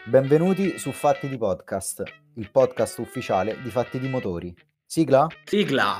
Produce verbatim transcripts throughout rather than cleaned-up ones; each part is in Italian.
Benvenuti su Fatti di Podcast, il podcast ufficiale di Fatti di Motori. Sigla? Sigla!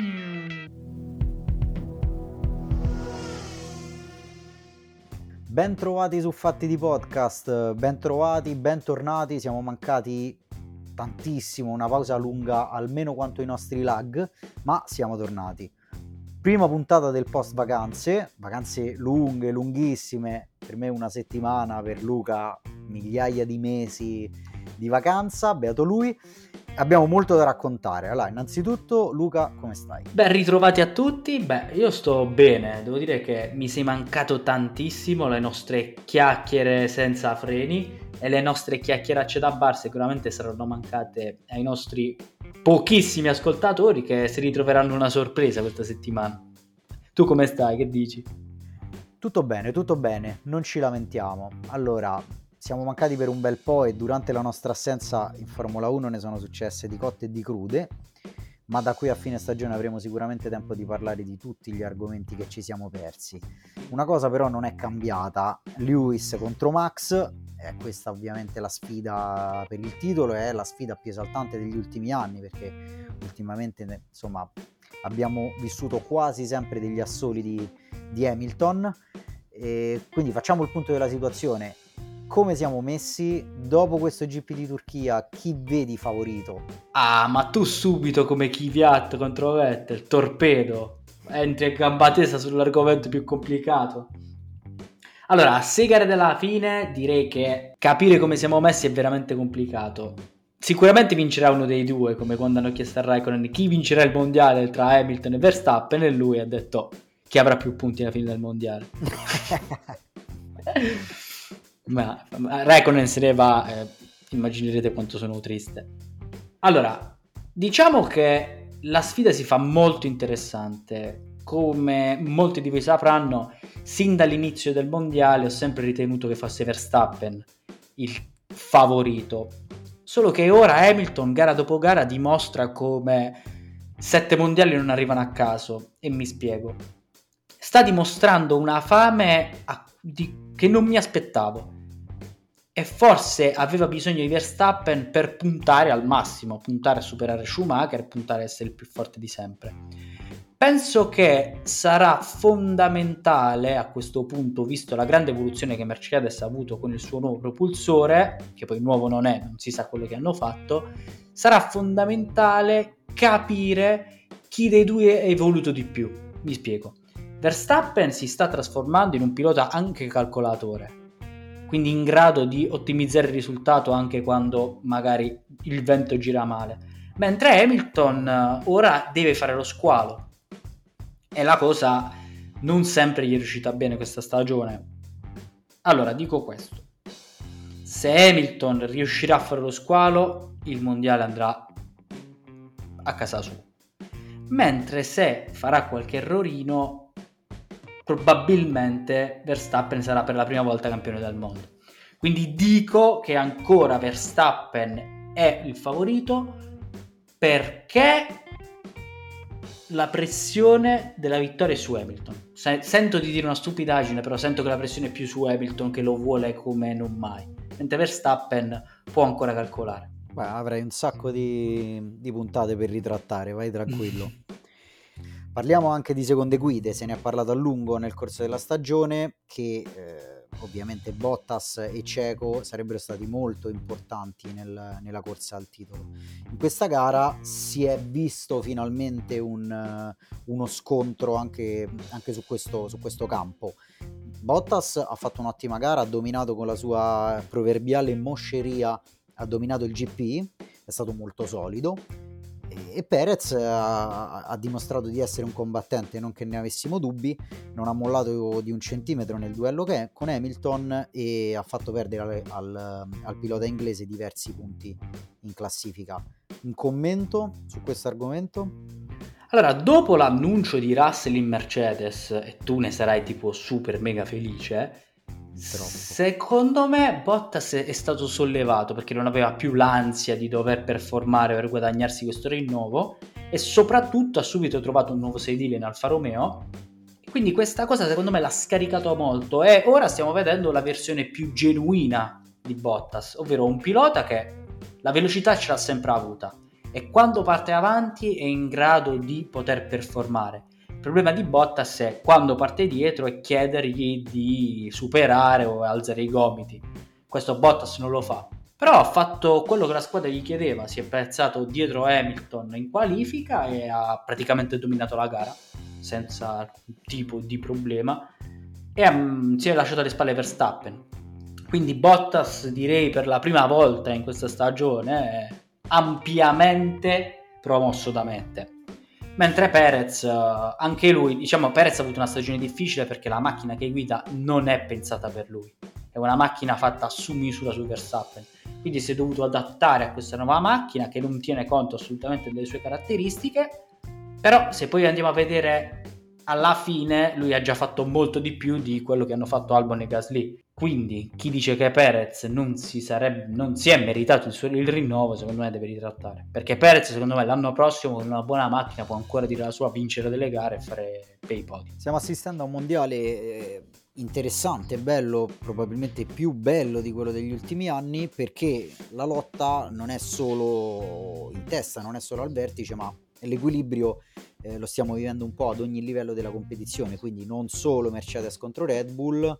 Ben trovati su Fatti di Podcast, ben trovati, bentornati, siamo mancati tantissimo, una pausa lunga almeno quanto i nostri lag, ma siamo tornati. Prima puntata del post vacanze, vacanze lunghe, lunghissime, per me una settimana, per Luca migliaia di mesi di vacanza, beato lui. Abbiamo molto da raccontare. Allora, innanzitutto, Luca, come stai? Ben ritrovati a tutti. Beh, io sto bene, devo dire che mi sei mancato tantissimo, le nostre chiacchiere senza freni e le nostre chiacchieracce da bar sicuramente saranno mancate ai nostri pochissimi ascoltatori che si ritroveranno una sorpresa questa settimana. Tu come stai? Che dici? Tutto bene, tutto bene, non ci lamentiamo. Allora, siamo mancati per un bel po' e durante la nostra assenza in Formula uno ne sono successe di cotte e di crude, ma da qui a fine stagione avremo sicuramente tempo di parlare di tutti gli argomenti che ci siamo persi. Una cosa però non è cambiata, Lewis contro Max, è questa ovviamente la sfida per il titolo, è la sfida più esaltante degli ultimi anni, perché ultimamente insomma abbiamo vissuto quasi sempre degli assoli di, di Hamilton, e quindi facciamo il punto della situazione. Come siamo messi dopo questo G P di Turchia? Chi vedi favorito? Ah, ma tu subito come Kvyat contro Vettel, torpedo, entri a gamba tesa sull'argomento più complicato. Allora, a sei gare dalla fine direi che capire come siamo messi è veramente complicato. Sicuramente vincerà uno dei due, come quando hanno chiesto a Raikkonen chi vincerà il mondiale tra Hamilton e Verstappen, e lui ha detto chi avrà più punti alla fine del mondiale. Ma, ma Raikkonen se ne va, eh, immaginerete quanto sono triste. Allora, diciamo che la sfida si fa molto interessante. Come molti di voi sapranno, sin dall'inizio del mondiale ho sempre ritenuto che fosse Verstappen il favorito. Solo che ora Hamilton, gara dopo gara, dimostra come sette mondiali non arrivano a caso. E mi spiego. Sta dimostrando una fame a, di, che non mi aspettavo. E forse aveva bisogno di Verstappen per puntare al massimo, puntare a superare Schumacher e puntare a essere il più forte di sempre. Penso che sarà fondamentale a questo punto, visto la grande evoluzione che Mercedes ha avuto con il suo nuovo propulsore, che poi nuovo non è, non si sa quello che hanno fatto, sarà fondamentale capire chi dei due è evoluto di più. Mi spiego. Verstappen si sta trasformando in un pilota anche calcolatore, quindi in grado di ottimizzare il risultato anche quando magari il vento gira male, mentre Hamilton ora deve fare lo squalo e la cosa non sempre gli è riuscita bene questa stagione. Allora dico questo: se Hamilton riuscirà a fare lo squalo, il mondiale andrà a casa sua, mentre se farà qualche errorino, probabilmente Verstappen sarà per la prima volta campione del mondo. Quindi dico che ancora Verstappen è il favorito, perché la pressione della vittoria è su Hamilton. Sento di dire una stupidaggine, però sento che la pressione è più su Hamilton, che lo vuole come non mai, mentre Verstappen può ancora calcolare. Beh, avrai un sacco di, di puntate per ritrattare, vai tranquillo. Parliamo anche di seconde guide, se ne è parlato a lungo nel corso della stagione, che eh, ovviamente Bottas e Checo sarebbero stati molto importanti nel, nella corsa al titolo. In questa gara si è visto finalmente un, uh, uno scontro anche, anche su, questo, su questo campo. Bottas ha fatto un'ottima gara, ha dominato con la sua proverbiale mosceria, ha dominato il G P, è stato molto solido. E Perez ha, ha dimostrato di essere un combattente, non che ne avessimo dubbi, non ha mollato di un centimetro nel duello che è con Hamilton e ha fatto perdere al, al, al pilota inglese diversi punti in classifica. Un commento su questo argomento? Allora, dopo l'annuncio di Russell in Mercedes, e tu ne sarai tipo super mega felice, Troppo. Secondo me Bottas è stato sollevato perché non aveva più l'ansia di dover performare per guadagnarsi questo rinnovo, e soprattutto ha subito trovato un nuovo sedile in Alfa Romeo, quindi questa cosa secondo me l'ha scaricato molto e ora stiamo vedendo la versione più genuina di Bottas, ovvero un pilota che la velocità ce l'ha sempre avuta e quando parte avanti è in grado di poter performare. Il problema di Bottas è quando parte dietro e chiedergli di superare o alzare i gomiti. Questo Bottas non lo fa, però ha fatto quello che la squadra gli chiedeva, si è piazzato dietro Hamilton in qualifica e ha praticamente dominato la gara senza alcun tipo di problema e um, si è lasciato alle spalle Verstappen. Quindi Bottas, direi per la prima volta in questa stagione, è ampiamente promosso da mette. Mentre Perez, anche lui, diciamo, Perez ha avuto una stagione difficile perché la macchina che guida non è pensata per lui. È una macchina fatta su misura su Verstappen. Quindi si è dovuto adattare a questa nuova macchina che non tiene conto assolutamente delle sue caratteristiche. Però se poi andiamo a vedere alla fine, lui ha già fatto molto di più di quello che hanno fatto Albon e Gasly. Quindi chi dice che Perez non si, sarebbe, non si è meritato il, suo, il rinnovo, secondo me deve ritrattare, perché Perez secondo me l'anno prossimo con una buona macchina può ancora dire la sua, vincere delle gare e fare bei podi. Stiamo assistendo a un mondiale eh, interessante, bello, probabilmente più bello di quello degli ultimi anni, perché la lotta non è solo in testa, non è solo al vertice, ma l'equilibrio eh, lo stiamo vivendo un po' ad ogni livello della competizione, quindi non solo Mercedes contro Red Bull,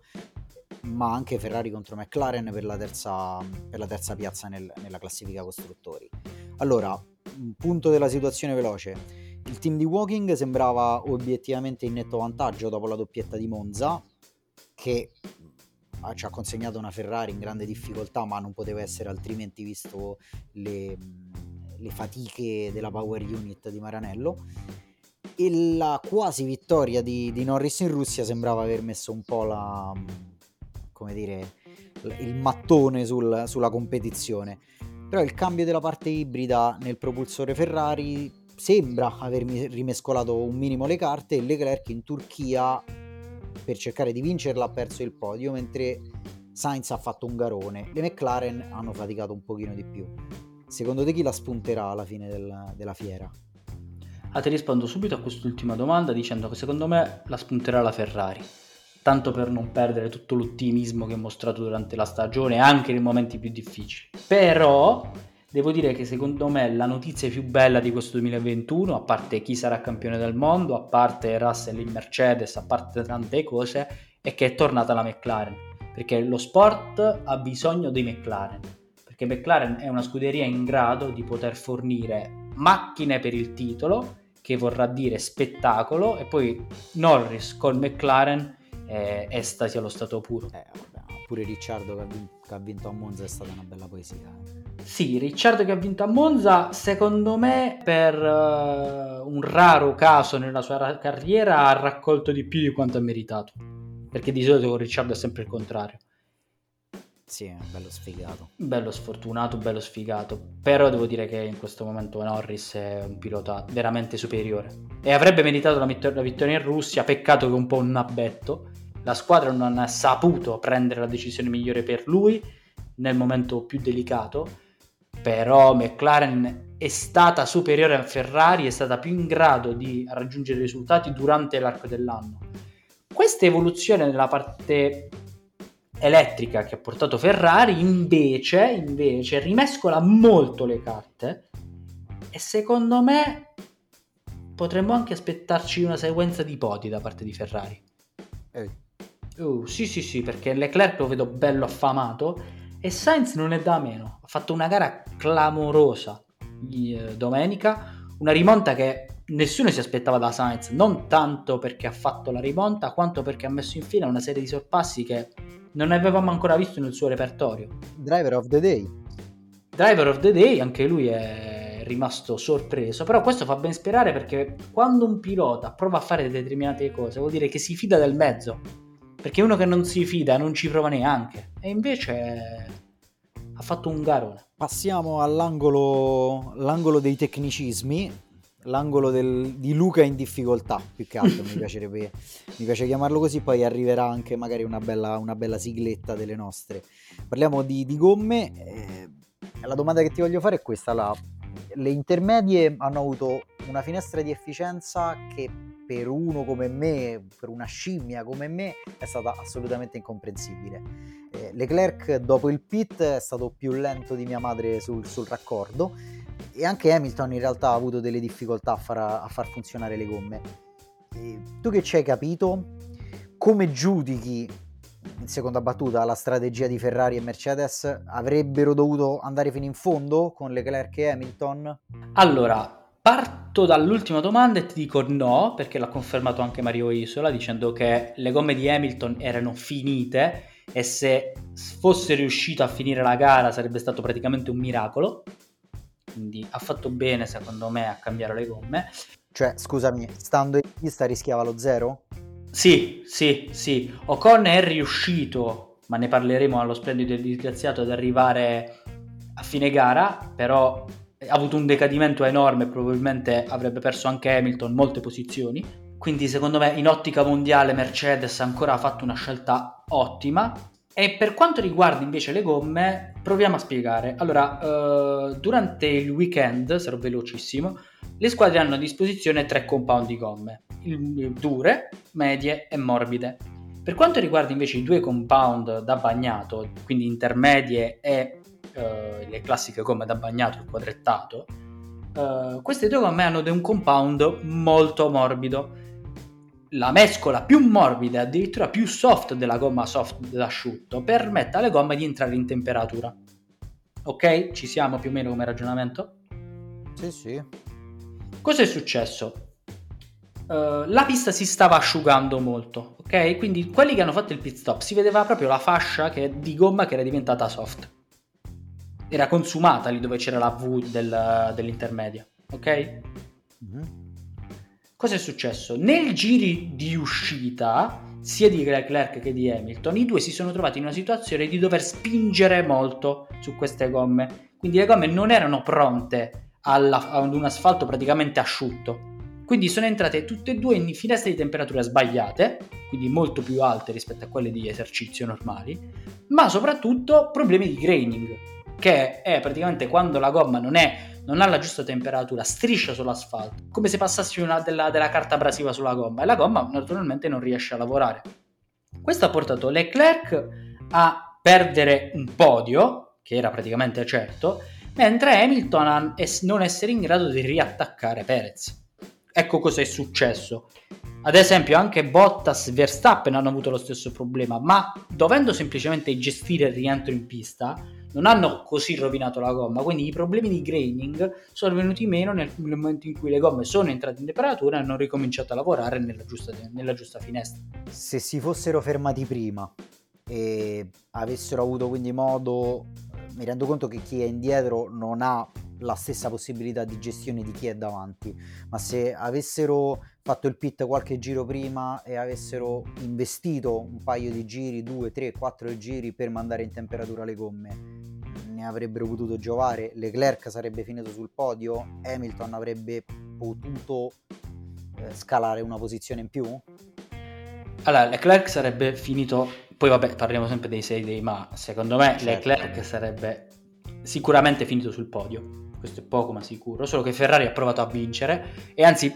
ma anche Ferrari contro McLaren per la terza, per la terza piazza nel, nella classifica costruttori. Allora, un punto della situazione veloce: il team di Woking sembrava obiettivamente in netto vantaggio dopo la doppietta di Monza, che ci ha consegnato una Ferrari in grande difficoltà, ma non poteva essere altrimenti visto le, le fatiche della power unit di Maranello, e la quasi vittoria di, di Norris in Russia sembrava aver messo un po' la, come dire, il mattone sul, sulla competizione. Però il cambio della parte ibrida nel propulsore Ferrari sembra aver rimescolato un minimo le carte, e Leclerc in Turchia per cercare di vincerla ha perso il podio, mentre Sainz ha fatto un garone. Le McLaren hanno faticato un pochino di più. Secondo te chi la spunterà alla fine del, della fiera? Ah, ti rispondo subito a quest'ultima domanda dicendo che secondo me la spunterà la Ferrari, tanto per non perdere tutto l'ottimismo che ha mostrato durante la stagione anche nei momenti più difficili. Però devo dire che secondo me la notizia più bella di questo duemilaventuno, a parte chi sarà campione del mondo, a parte Russell in Mercedes, a parte tante cose, è che è tornata la McLaren, perché lo sport ha bisogno dei McLaren, perché McLaren è una scuderia in grado di poter fornire macchine per il titolo, che vorrà dire spettacolo, e poi Norris con McLaren è estasi allo stato puro. Eh, vabbè, pure Ricciardo che ha, vinto, che ha vinto a Monza è stata una bella poesia. Sì, Ricciardo che ha vinto a Monza, secondo me per uh, un raro caso nella sua carriera ha raccolto di più di quanto ha meritato, perché di solito con Ricciardo è sempre il contrario. Sì, è bello sfigato. Bello sfortunato, bello sfigato. Però devo dire che in questo momento Norris è un pilota veramente superiore e avrebbe meritato la, vittor- la vittoria in Russia. Peccato che è un po' un abbetto. La squadra non ha saputo prendere la decisione migliore per lui nel momento più delicato. Però McLaren è stata superiore a Ferrari, è stata più in grado di raggiungere risultati durante l'arco dell'anno. Questa evoluzione nella parte elettrica che ha portato Ferrari invece, invece rimescola molto le carte, e secondo me potremmo anche aspettarci una sequenza di podi da parte di Ferrari. Eh. Uh, sì sì sì, perché Leclerc lo vedo bello affamato e Sainz non è da meno, ha fatto una gara clamorosa eh, domenica, una rimonta che nessuno si aspettava da Sainz, non tanto perché ha fatto la rimonta quanto perché ha messo in fila una serie di sorpassi che non avevamo ancora visto nel suo repertorio. Driver of the day. Driver of the day, anche lui è rimasto sorpreso, però questo fa ben sperare, perché quando un pilota prova a fare determinate cose vuol dire che si fida del mezzo, perché uno che non si fida non ci prova neanche, e invece ha fatto un garone. Passiamo all'angolo l'angolo dei tecnicismi, l'angolo del, di Luca in difficoltà, più che altro mi piacerebbe mi piace chiamarlo così, poi arriverà anche magari una bella, una bella sigletta delle nostre. Parliamo di, di gomme. Eh, la domanda che ti voglio fare è questa: la, le intermedie hanno avuto una finestra di efficienza che per uno come me, per una scimmia come me, è stata assolutamente incomprensibile. Eh, Leclerc dopo il pit è stato più lento di mia madre sul, sul raccordo, e anche Hamilton in realtà ha avuto delle difficoltà a far, a far funzionare le gomme. E tu che ci hai capito, come giudichi in seconda battuta la strategia di Ferrari e Mercedes? Avrebbero dovuto andare fino in fondo con Leclerc e Hamilton? Allora, parto dall'ultima domanda e ti dico no, perché l'ha confermato anche Mario Isola dicendo che le gomme di Hamilton erano finite e se fosse riuscito a finire la gara sarebbe stato praticamente un miracolo, quindi ha fatto bene secondo me a cambiare le gomme. Cioè, scusami, stando in pista rischiava lo zero? Sì, sì, sì. Ocon è riuscito, ma ne parleremo allo splendido e disgraziato, ad arrivare a fine gara, però ha avuto un decadimento enorme, probabilmente avrebbe perso anche Hamilton molte posizioni. Quindi secondo me in ottica mondiale Mercedes ancora ha fatto una scelta ottima. E per quanto riguarda invece le gomme, proviamo a spiegare. Allora, eh, durante il weekend, sarò velocissimo, le squadre hanno a disposizione tre compound di gomme, dure, medie e morbide. Per quanto riguarda invece i due compound da bagnato, quindi intermedie e eh, le classiche gomme da bagnato, il quadrettato, eh, queste due gomme hanno un compound molto morbido. La mescola più morbida, addirittura più soft della gomma soft d'asciutto, permette alle gomme di entrare in temperatura. Ok? Ci siamo più o meno come ragionamento? Sì, sì. Cosa è successo? Uh, la pista si stava asciugando molto, ok? Quindi quelli che hanno fatto il pit stop si vedeva proprio la fascia che, di gomma che era diventata soft. Era consumata lì dove c'era la V del, dell'intermedia, ok? Mm-hmm. Cosa è successo? Nei giri di uscita, sia di Leclerc che di Hamilton, i due si sono trovati in una situazione di dover spingere molto su queste gomme. Quindi le gomme non erano pronte alla, ad un asfalto praticamente asciutto. Quindi sono entrate tutte e due in finestre di temperatura sbagliate, quindi molto più alte rispetto a quelle di esercizio normali, ma soprattutto problemi di graining, che è praticamente quando la gomma non è non ha la giusta temperatura, striscia sull'asfalto, come se passassi una della, della carta abrasiva sulla gomma, e la gomma naturalmente non riesce a lavorare. Questo ha portato Leclerc a perdere un podio, che era praticamente certo, mentre Hamilton a non essere in grado di riattaccare Perez. Ecco cosa è successo. Ad esempio anche Bottas e Verstappen hanno avuto lo stesso problema, ma dovendo semplicemente gestire il rientro in pista non hanno così rovinato la gomma, quindi i problemi di graining sono venuti meno nel momento in cui le gomme sono entrate in temperatura e hanno ricominciato a lavorare nella giusta, nella giusta finestra. Se si fossero fermati prima e avessero avuto quindi modo, mi rendo conto che chi è indietro non ha la stessa possibilità di gestione di chi è davanti, ma se avessero fatto il pit qualche giro prima e avessero investito un paio di giri, due, tre, quattro giri per mandare in temperatura le gomme, ne avrebbero potuto giovare. Leclerc sarebbe finito sul podio, Hamilton avrebbe potuto eh, scalare una posizione in più. Allora, Leclerc sarebbe finito, poi vabbè parliamo sempre dei sei dei ma, secondo me certo. Leclerc sarebbe sicuramente finito sul podio, questo è poco ma sicuro, solo che Ferrari ha provato a vincere e anzi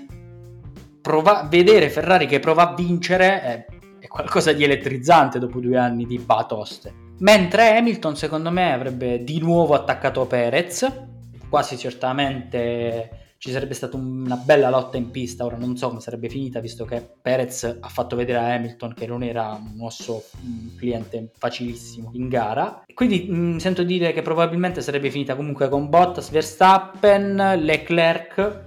prova- vedere Ferrari che prova a vincere è, è qualcosa di elettrizzante dopo due anni di batoste, mentre Hamilton secondo me avrebbe di nuovo attaccato Perez, quasi certamente ci sarebbe stata una bella lotta in pista. Ora non so come sarebbe finita, visto che Perez ha fatto vedere a Hamilton che non era un nostro un cliente facilissimo in gara, quindi mh, sento dire che probabilmente sarebbe finita comunque con Bottas, Verstappen, Leclerc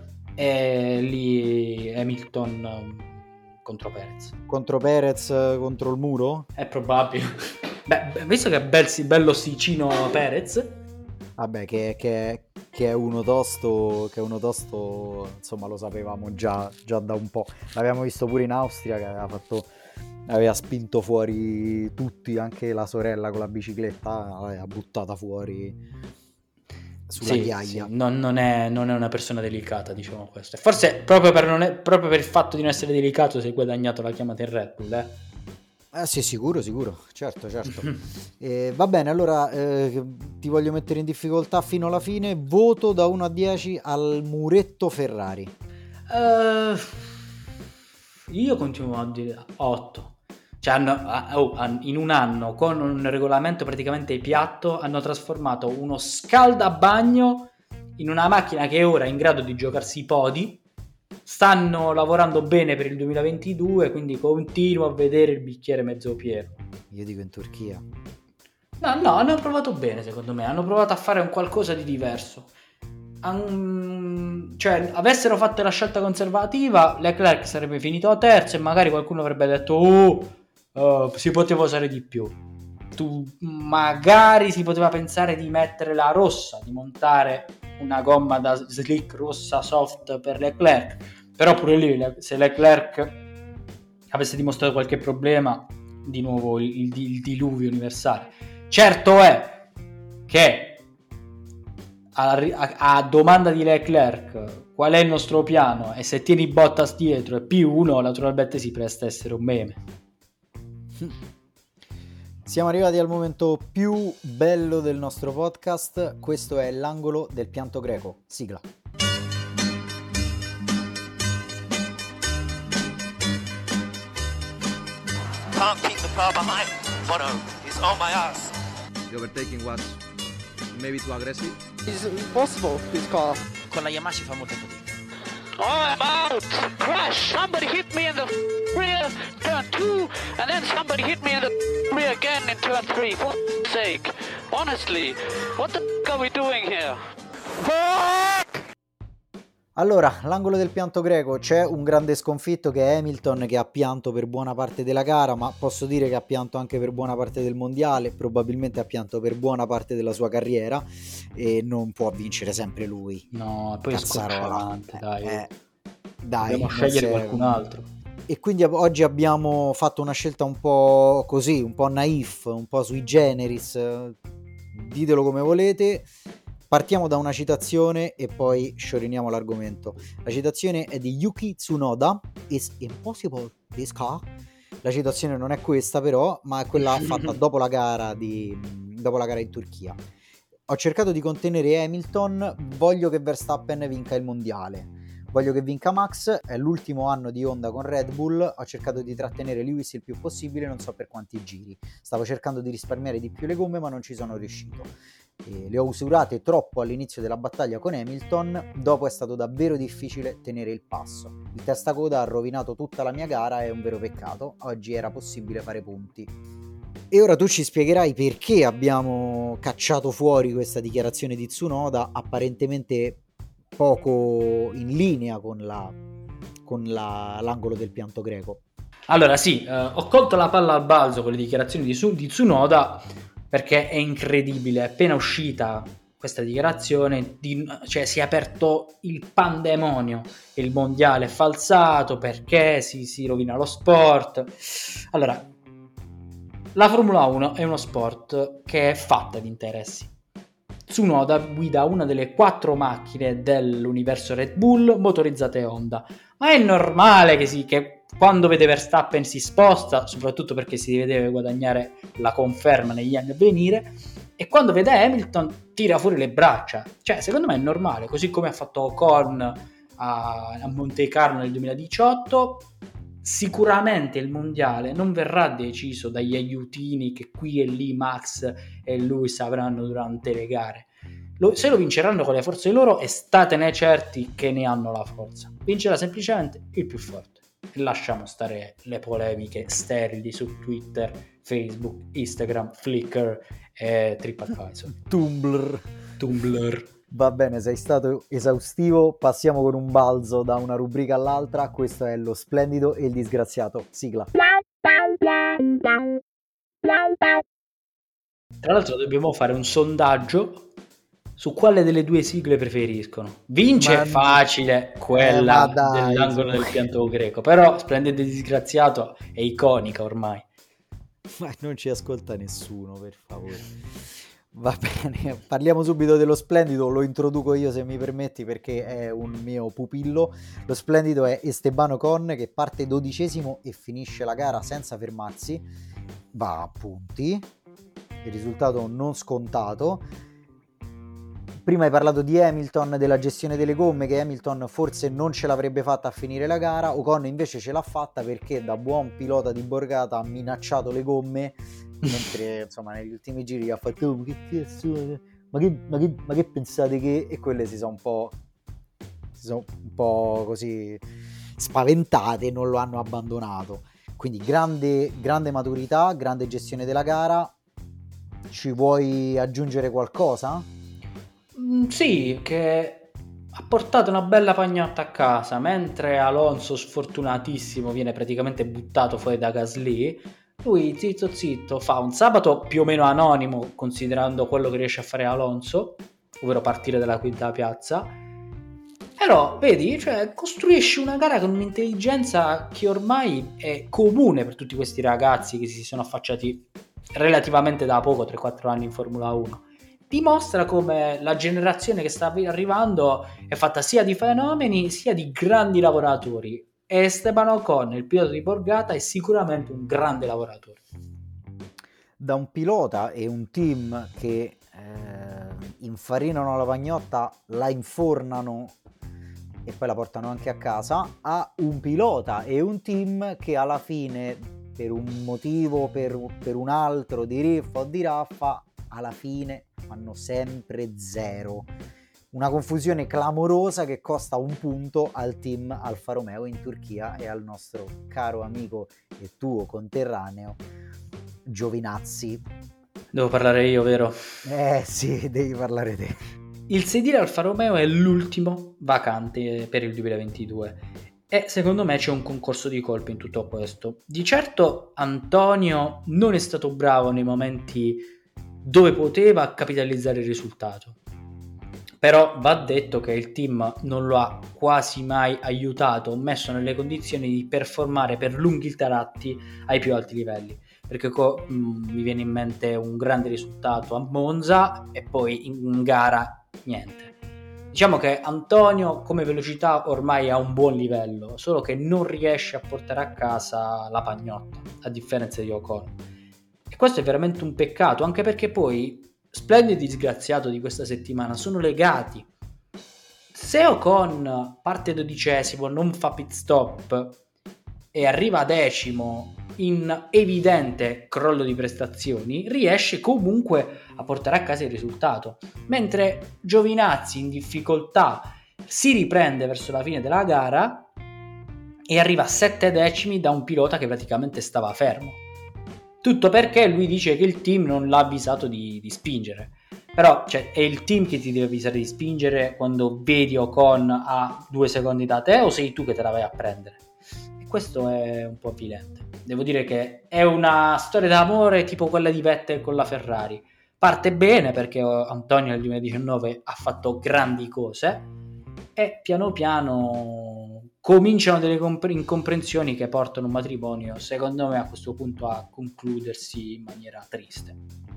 e lì Hamilton um, contro Perez contro Perez contro il muro? È probabile. Beh, visto che è bel, bello sicino Perez, vabbè, che, che, che è uno tosto, che è uno tosto, insomma, lo sapevamo già, già da un po'. L'abbiamo visto pure in Austria che aveva fatto, aveva spinto fuori tutti, anche la sorella con la bicicletta l'aveva buttata fuori sulla sì, ghiaia. Sì. Non, non, è, non è una persona delicata, diciamo questo. Forse proprio per, non è, proprio per il fatto di non essere delicato si è guadagnato la chiamata in Red Bull, eh? Eh sì, sicuro, sicuro, certo, certo. eh, va bene, allora eh, ti voglio mettere in difficoltà fino alla fine. Voto da uno a dieci al muretto Ferrari. Uh, io continuo a dire otto. Cioè hanno, oh, in un anno, con un regolamento praticamente piatto, hanno trasformato uno scaldabagno in una macchina che è ora in grado di giocarsi i podi. Stanno lavorando bene per il duemilaventidue, quindi continuo a vedere il bicchiere mezzo pieno. Io dico in Turchia. No, no, hanno provato bene, secondo me. Hanno provato a fare un qualcosa di diverso. Um, cioè, avessero fatto la scelta conservativa, Leclerc sarebbe finito a terzo e magari qualcuno avrebbe detto oh, uh, si poteva usare di più. Tu, magari si poteva pensare di mettere la rossa, di montare una gomma da slick rossa soft per Leclerc, però pure lì, se Leclerc avesse dimostrato qualche problema, di nuovo il, il, il diluvio universale. Certo è che a, a, a domanda di Leclerc qual è il nostro piano e se tieni Bottas dietro e P uno, naturalmente si presta a essere un meme. Siamo arrivati al momento più bello del nostro podcast. Questo è l'angolo del pianto greco. Sigla. Can't keep the car behind. Bono is on my ass. The overtaking was maybe too aggressive. It's impossible, this car. Con la Yamaha si fa molta fatica. Oh, I'm out! Crash! Somebody hit me in the rear, turn two, and then somebody hit me in the rear again in turn three. For f***'s sake. Honestly, what the f*** are we doing here? Fuck! Allora, l'angolo del pianto greco, c'è un grande sconfitto che è Hamilton, che ha pianto per buona parte della gara, ma posso dire che ha pianto anche per buona parte del mondiale, probabilmente ha pianto per buona parte della sua carriera e non può vincere sempre lui. No, poi Cazzarola. è scocciante, dai. Eh, dai, dobbiamo scegliere se... qualcun altro. E quindi oggi abbiamo fatto una scelta un po' così, un po' naif, un po' sui generis, ditelo come volete. Partiamo da una citazione e poi scioriniamo l'argomento. La citazione è di Yuki Tsunoda, "It's impossible this car". La citazione non è questa però, ma è quella fatta dopo la gara di dopo la gara in Turchia. Ho cercato di contenere Hamilton, voglio che Verstappen vinca il mondiale. Voglio che vinca Max, è l'ultimo anno di Honda con Red Bull, ho cercato di trattenere Lewis il più possibile, non so per quanti giri. Stavo cercando di risparmiare di più le gomme, ma non ci sono riuscito. E le ho usurate troppo all'inizio della battaglia con Hamilton, dopo è stato davvero difficile tenere il passo. Il testacoda ha rovinato tutta la mia gara, è un vero peccato, oggi era possibile fare punti. E ora tu ci spiegherai perché abbiamo cacciato fuori questa dichiarazione di Tsunoda, apparentemente poco in linea con, la, con la, l'angolo del pianto greco. Allora sì, eh, ho colto la palla al balzo con le dichiarazioni di, di Tsunoda, perché è incredibile, appena uscita questa dichiarazione, di, cioè si è aperto il pandemonio, il mondiale è falsato perché si, si rovina lo sport. Allora, la Formula uno è uno sport che è fatta di interessi. Tsunoda guida una delle quattro macchine dell'universo Red Bull motorizzate Honda, ma è normale che, si, che quando vede Verstappen si sposta, soprattutto perché si deve guadagnare la conferma negli anni a venire, e quando vede Hamilton tira fuori le braccia. Cioè, secondo me è normale, così come ha fatto Ocon a, a Monte Carlo nel duemiladiciotto. Sicuramente il mondiale non verrà deciso dagli aiutini che qui e lì Max e Lewis avranno durante le gare. Lo, se lo vinceranno con le forze loro, e statene certi che ne hanno la forza. Vincerà semplicemente il più forte. E lasciamo stare le polemiche sterili su Twitter, Facebook, Instagram, Flickr e TripAdvisor. Tumblr. Tumblr. Va bene, sei stato esaustivo, passiamo con un balzo da una rubrica all'altra. Questo è Lo Splendido e il Disgraziato. Sigla. Tra l'altro dobbiamo fare un sondaggio su quale delle due sigle preferiscono. Vince Ma... facile quella eh, dai, dell'angolo su. del pianto greco, però Splendido e Disgraziato è iconica ormai. Ma non ci ascolta nessuno, per favore. Va bene, parliamo subito dello Splendido, lo introduco io se mi permetti perché è un mio pupillo. Lo Splendido è Esteban Ocon, che parte dodicesimo e finisce la gara senza fermarsi, va a punti, il risultato non scontato. Prima hai parlato di Hamilton, della gestione delle gomme, che Hamilton forse non ce l'avrebbe fatta a finire la gara. Ocon invece ce l'ha fatta perché da buon pilota di borgata ha minacciato le gomme, mentre insomma negli ultimi giri ha fatto oh, che cazzo, ma, che, ma, che, ma che pensate che... E quelle si sono un po' si sono un po' così spaventate e non lo hanno abbandonato. Quindi grande, grande maturità, grande gestione della gara. Ci vuoi aggiungere qualcosa? Mm, sì, che ha portato una bella pagnotta a casa, mentre Alonso, sfortunatissimo, viene praticamente buttato fuori da Gasly. Lui zitto zitto fa un sabato più o meno anonimo, considerando quello che riesce a fare Alonso, ovvero partire dalla quinta piazza. Però, vedi, cioè, costruisci una gara con un'intelligenza che ormai è comune per tutti questi ragazzi che si sono affacciati relativamente da poco, tre quattro anni in Formula uno. Dimostra come la generazione che sta arrivando è fatta sia di fenomeni sia di grandi lavoratori. E Esteban Ocon, il pilota di borgata, è sicuramente un grande lavoratore. Da un pilota e un team che eh, infarinano la pagnotta, la infornano e poi la portano anche a casa, a un pilota e un team che alla fine, per un motivo, per, per un altro, di riffa o di raffa, alla fine fanno sempre zero. Una confusione clamorosa che costa un punto al team Alfa Romeo in Turchia e al nostro caro amico e tuo conterraneo Giovinazzi. Devo parlare io, vero? Eh sì, devi parlare te. Il sedile Alfa Romeo è l'ultimo vacante per il duemilaventidue e secondo me c'è un concorso di colpi in tutto questo. Di certo Antonio non è stato bravo nei momenti dove poteva capitalizzare il risultato, però va detto che il team non lo ha quasi mai aiutato o messo nelle condizioni di performare per lunghi tratti ai più alti livelli, perché co- mh, mi viene in mente un grande risultato a Monza e poi in, in gara niente. Diciamo che Antonio come velocità ormai ha un buon livello, solo che non riesce a portare a casa la pagnotta, a differenza di Ocon. E questo è veramente un peccato, anche perché poi Splendido e disgraziato di questa settimana sono legati. Se Ocon parte dodicesimo, non fa pit stop e arriva decimo in evidente crollo di prestazioni, riesce comunque a portare a casa il risultato, mentre Giovinazzi in difficoltà si riprende verso la fine della gara e arriva a sette decimi da un pilota che praticamente stava fermo. Tutto perché lui dice che il team non l'ha avvisato di, di spingere. Però cioè, è il team che ti deve avvisare di spingere quando vedi Ocon a due secondi da te, o sei tu che te la vai a prendere? E questo è un po' avvilente. Devo dire che è una storia d'amore tipo quella di Vettel con la Ferrari. Parte bene perché Antonio nel duemiladiciannove ha fatto grandi cose e piano piano cominciano delle compre- incomprensioni che portano un matrimonio, secondo me, a questo punto a concludersi in maniera triste.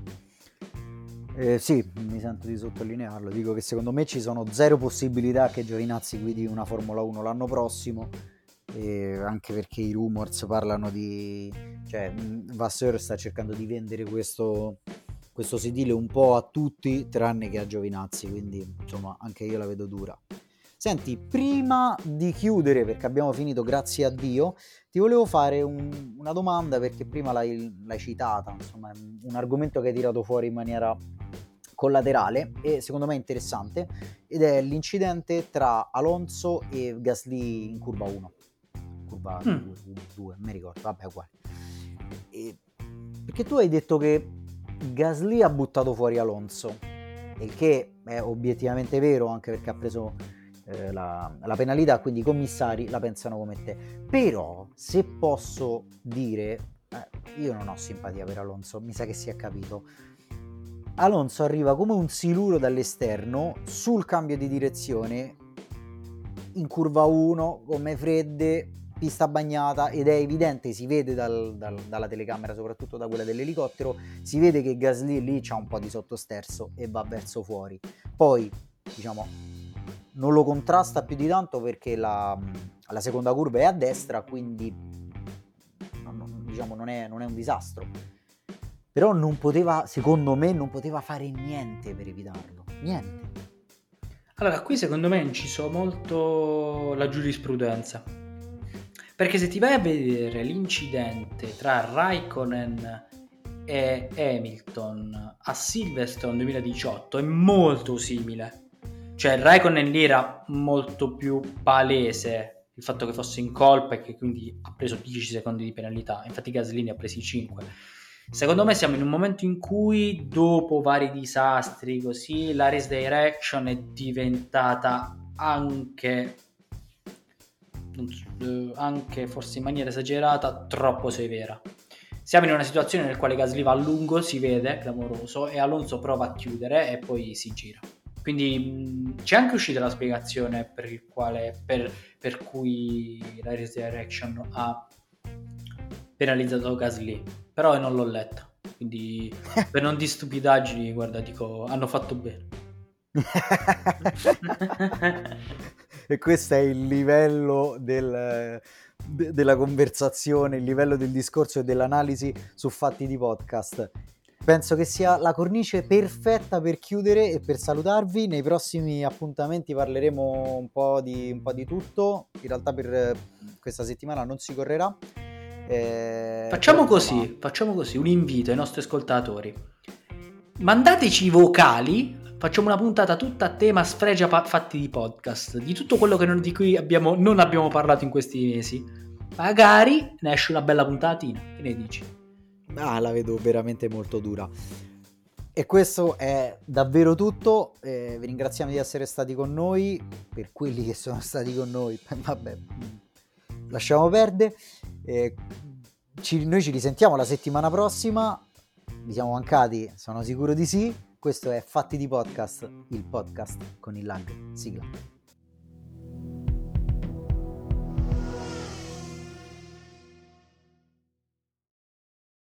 Eh, sì, mi sento di sottolinearlo. Dico che secondo me ci sono zero possibilità che Giovinazzi guidi una Formula uno l'anno prossimo, eh, anche perché i rumors parlano di... cioè Vasseur sta cercando di vendere questo, questo sedile un po' a tutti tranne che a Giovinazzi, quindi insomma anche io la vedo dura. Senti, prima di chiudere, perché abbiamo finito, grazie a Dio, ti volevo fare un, una domanda, perché prima l'hai, l'hai citata, insomma, è un argomento che hai tirato fuori in maniera collaterale e secondo me interessante, ed è l'incidente tra Alonso e Gasly in curva uno. Curva mm. due, non mi ricordo, vabbè, uguale. E, perché tu hai detto che Gasly ha buttato fuori Alonso, il che è obiettivamente vero, anche perché ha preso... Eh, la, la penalità, quindi i commissari la pensano come te. Però se posso dire, eh, io non ho simpatia per Alonso, mi sa che si è capito. Alonso arriva come un siluro dall'esterno sul cambio di direzione in curva uno, gomme fredde, pista bagnata, ed è evidente, si vede dal, dal, dalla telecamera, soprattutto da quella dell'elicottero, si vede che Gasly lì c'ha un po' di sottosterzo e va verso fuori. Poi diciamo non lo contrasta più di tanto perché la, la seconda curva è a destra, quindi non, diciamo non è, non è un disastro. Però non poteva, secondo me, non poteva fare niente per evitarlo. Niente. Allora, qui secondo me è inciso molto la giurisprudenza, perché se ti vai a vedere l'incidente tra Raikkonen e Hamilton a Silverstone duemiladiciotto è molto simile. Cioè Raikkonen lì era molto più palese il fatto che fosse in colpa e che quindi ha preso dieci secondi di penalità, infatti Gasly ne ha presi cinque. Secondo me siamo in un momento in cui, dopo vari disastri così, la race direction è diventata anche anche forse in maniera esagerata troppo severa. Siamo in una situazione nel quale Gasly va a lungo, si vede, clamoroso, e Alonso prova a chiudere e poi si gira. Quindi mh, c'è anche uscita la spiegazione per il quale per, per cui la race direction ha penalizzato Gasly, però non l'ho letta, quindi per non di stupidaggini, guarda, dico, hanno fatto bene. E questo è il livello del, de, della conversazione, il livello del discorso e dell'analisi su Fatti di Podcast. Penso che sia la cornice perfetta per chiudere e per salutarvi. Nei prossimi appuntamenti parleremo un po' di, un po' di tutto. In realtà per questa settimana non si correrà. Eh, facciamo però, così, ma... facciamo così, un invito ai nostri ascoltatori. Mandateci i vocali, facciamo una puntata tutta a tema sfregia pa- Fatti di Podcast, di tutto quello che non, di cui abbiamo, non abbiamo parlato in questi mesi. Magari ne esce una bella puntatina, che ne dici? Ah, la vedo veramente molto dura. E questo è davvero tutto. Eh, vi ringraziamo di essere stati con noi. Per quelli che sono stati con noi, vabbè, lasciamo perdere. Eh, ci, noi ci risentiamo la settimana prossima. Vi siamo mancati? Sono sicuro di sì. Questo è Fatti di Podcast, il podcast con il lag. Sigla.